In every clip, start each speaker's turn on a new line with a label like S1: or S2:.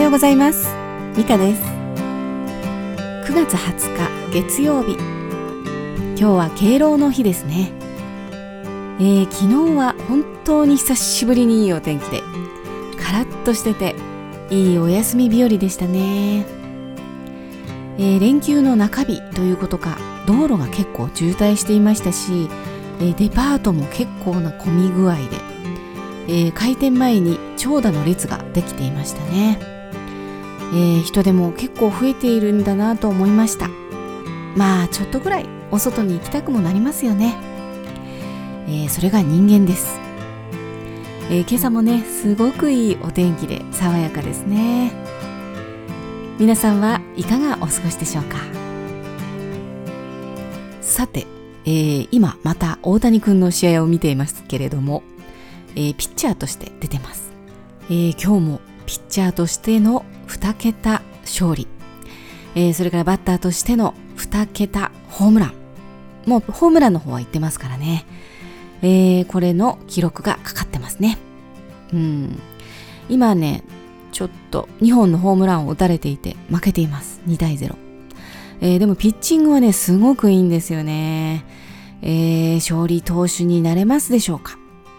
S1: ようございます。ミカです。9月20日月曜日、今日は敬老の日ですね。昨日は本当に久しぶりにいいお天気で、カラッとしてていいお休み日和でしたね。連休の中日ということか、道路が結構渋滞していましたし、デパートも結構な混み具合で、開店前に長蛇の列ができていましたね。人手も結構増えているんだなと思いました。まあちょっとぐらいお外に行きたくもなりますよね。それが人間です。今朝もね、すごくいいお天気で爽やかですね。皆さんはいかがお過ごしでしょうか。さて、今また大谷君の試合を見ていますけれども、ピッチャーとして出てます。今日もピッチャーとしての2桁勝利、それからバッターとしての2桁ホームラン、もうホームランの方は言ってますからね、これの記録がかかってますね。今ね、ちょっと2本のホームランを打たれていて負けています。2対0。でもピッチングはね、すごくいいんですよね。勝利投手になれますでしょうか。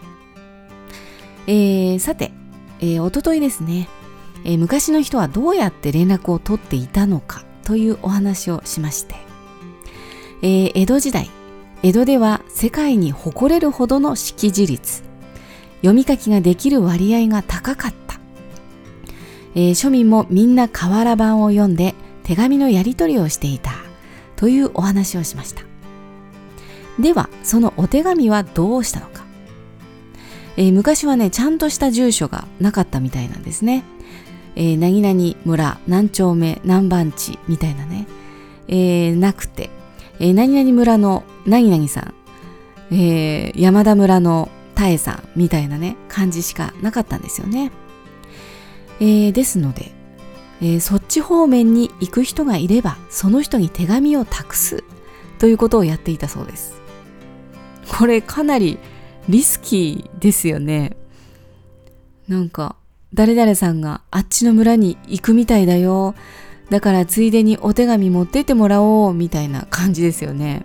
S1: さて、おとといですね、昔の人はどうやって連絡を取っていたのかというお話をしまして、江戸時代、江戸では世界に誇れるほどの識字率、読み書きができる割合が高かった。庶民もみんな瓦版を読んで手紙のやり取りをしていたというお話をしました。ではそのお手紙はどうしたのか。昔はね、ちゃんとした住所がなかったみたいなんですね。何々村何丁目何番地みたいなね、なくて、何々村の何々さん、山田村の多江さんみたいなね感じしかなかったんですよね。ですので、そっち方面に行く人がいればその人に手紙を託すということをやっていたそうです。これかなりリスキーですよね。なんか誰々さんがあっちの村に行くみたいだよ、だからついでにお手紙持ってってもらおうみたいな感じですよね。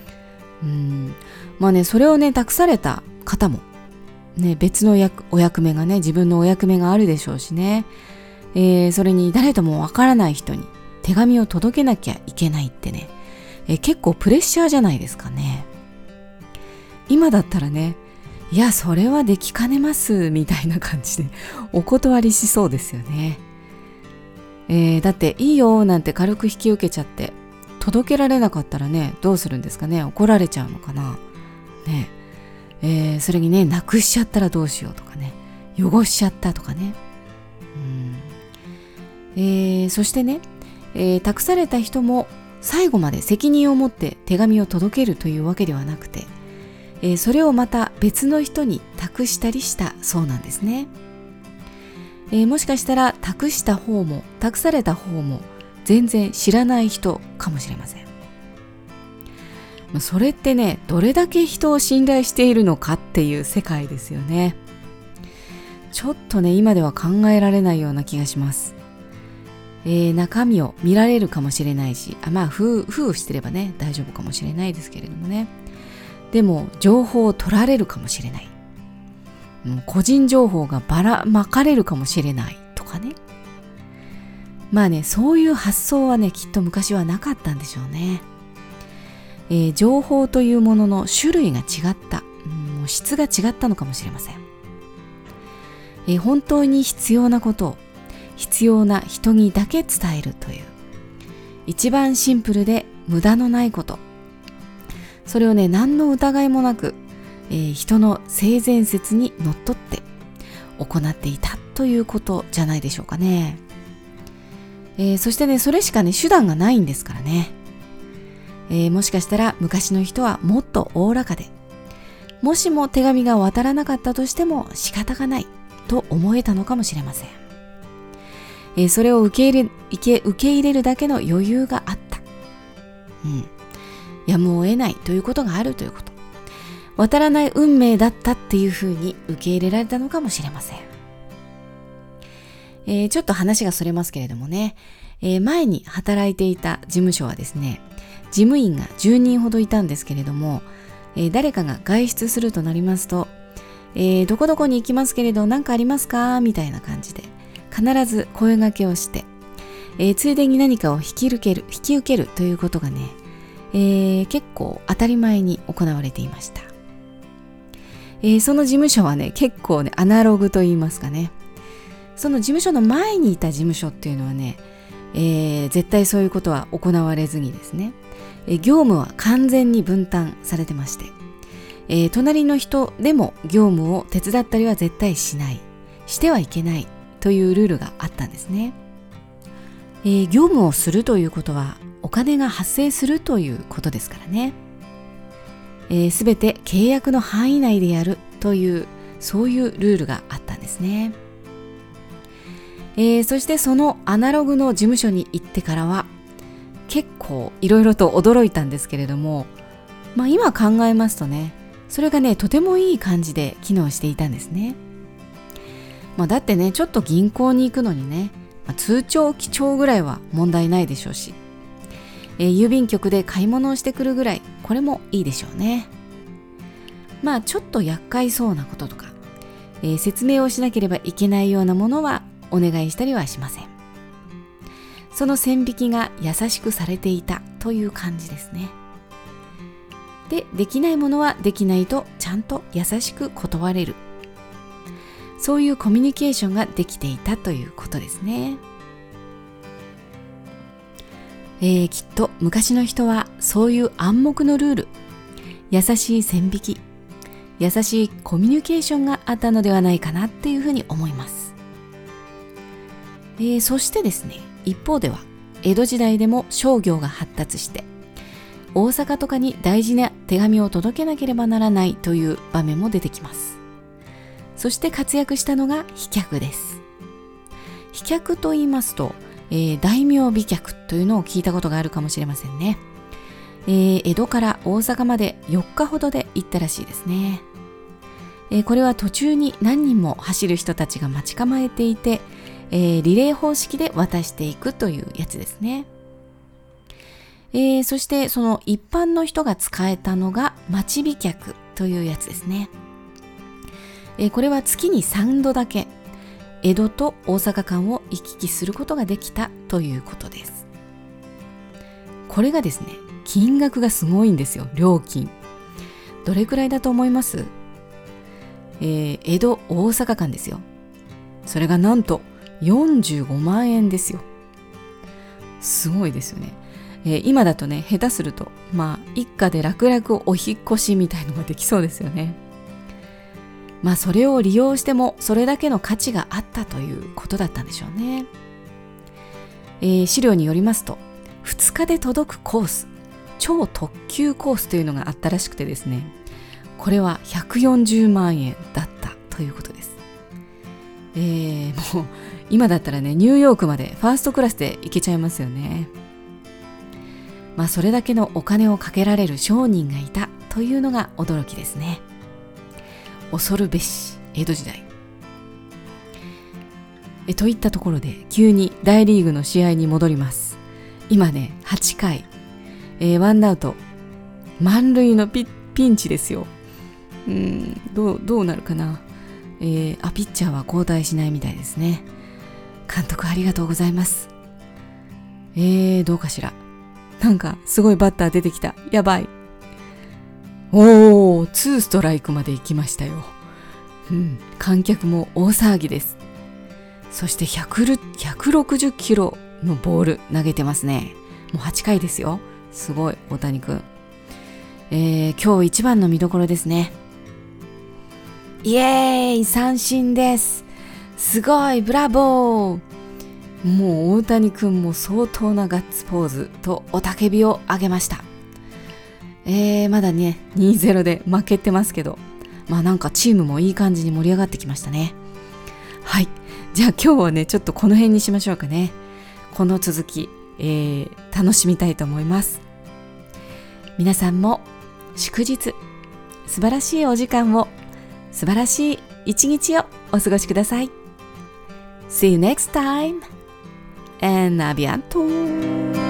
S1: まあね、それをね託された方もね、別のお役目がね、自分のお役目があるでしょうしね、それに誰ともわからない人に手紙を届けなきゃいけないってね、結構プレッシャーじゃないですかね。今だったらね、いやそれはできかねますみたいな感じでお断りしそうですよね。だっていいよなんて軽く引き受けちゃって届けられなかったらね、どうするんですかね。怒られちゃうのかなね。それにね、なくしちゃったらどうしようとかね、汚しちゃったとかね。そしてね、託された人も最後まで責任を持って手紙を届けるというわけではなくて、それをまた別の人に託したりしたそうなんですね。もしかしたら託した方も託された方も全然知らない人かもしれません。それってね、どれだけ人を信頼しているのかっていう世界ですよね。ちょっとね、今では考えられないような気がします。中身を見られるかもしれないし、まあ封してればね大丈夫かもしれないですけれどもね。でも情報を取られるかもしれない、個人情報がばらまかれるかもしれないとかね。まあね、そういう発想はねきっと昔はなかったんでしょうね。情報というものの種類が違った、質が違ったのかもしれません。本当に必要なことを必要な人にだけ伝えるという一番シンプルで無駄のないこと、それをね何の疑いもなく、人の性善説にのっとって行っていたということじゃないでしょうかね。そしてね、それしかね手段がないんですからね。もしかしたら昔の人はもっとおおらかで、もしも手紙が渡らなかったとしても仕方がないと思えたのかもしれません。それを受け入れるだけの余裕があった。やむを得ないということがあるということ。渡らない運命だったっていうふうに受け入れられたのかもしれません。 ちょっと話がそれますけれどもね、前に働いていた事務所はですね、事務員が10人ほどいたんですけれども、誰かが外出するとなりますと、どこどこに行きますけれど何かありますかみたいな感じで必ず声掛けをして、ついでに何かを引き受けるということがね、結構当たり前に行われていました。その事務所はね、結構ねアナログと言いますかね、その事務所の前にいた事務所っていうのはね、絶対そういうことは行われずにですね、業務は完全に分担されてまして、隣の人でも業務を手伝ったりは絶対しない、してはいけないというルールがあったんですね。業務をするということはお金が発生するということですからね。すべて契約の範囲内でやるというそういうルールがあったんですね。そしてそのアナログの事務所に行ってからは結構いろいろと驚いたんですけれども、今考えますとね、それがねとてもいい感じで機能していたんですね。だってね、ちょっと銀行に行くのにね、通帳記帳ぐらいは問題ないでしょうし、郵便局で買い物をしてくるぐらい、これもいいでしょうね。ちょっと厄介そうなこととか、説明をしなければいけないようなものはお願いしたりはしません。その線引きが優しくされていたという感じですね。で、できないものはできないとちゃんと優しく断れる、そういうコミュニケーションができていたということですね。きっと昔の人はそういう暗黙のルール、優しい線引き、優しいコミュニケーションがあったのではないかなっていうふうに思います。そしてですね、一方では江戸時代でも商業が発達して、大阪とかに大事な手紙を届けなければならないという場面も出てきます。そして活躍したのが飛脚です。飛脚と言いますと、大名飛脚というのを聞いたことがあるかもしれませんね。江戸から大阪まで4日ほどで行ったらしいですね。これは途中に何人も走る人たちが待ち構えていて、リレー方式で渡していくというやつですね。そしてその一般の人が使えたのが町飛脚というやつですね。これは月に3度だけ江戸と大阪間を行き来することができたということです。これがですね、金額がすごいんですよ。料金どれくらいだと思います？江戸大阪間ですよ。それがなんと45万円ですよ。すごいですよね。今だとね、下手すると一家で楽々お引っ越しみたいのができそうですよね。それを利用してもそれだけの価値があったということだったんでしょうね。資料によりますと、2日で届くコース、超特急コースというのがあったらしくてですね、これは140万円だったということです。もう今だったらね、ニューヨークまでファーストクラスで行けちゃいますよね。それだけのお金をかけられる商人がいたというのが驚きですね。恐るべし江戸時代。といったところで急に大リーグの試合に戻ります。今ね、8回、ワンアウト満塁のピンチですよ。どうなるかな。ピッチャーは交代しないみたいですね。監督ありがとうございます。どうかしら。なんかすごいバッター出てきた。やばい。2ストライクまで行きましたよ。観客も大騒ぎです。そして160キロのボール投げてますね。もう8回ですよ。すごい、大谷くん。今日一番の見どころですね。イエーイ、三振です。すごい、ブラボー。もう大谷くんも相当なガッツポーズと雄たけびを上げました。まだね 2-0 で負けてますけど、なんかチームもいい感じに盛り上がってきましたね。はい、じゃあ今日はねちょっとこの辺にしましょうかね。この続き、楽しみたいと思います。皆さんも祝日素晴らしいお時間を、素晴らしい一日をお過ごしください。 See you next time and a bientôt!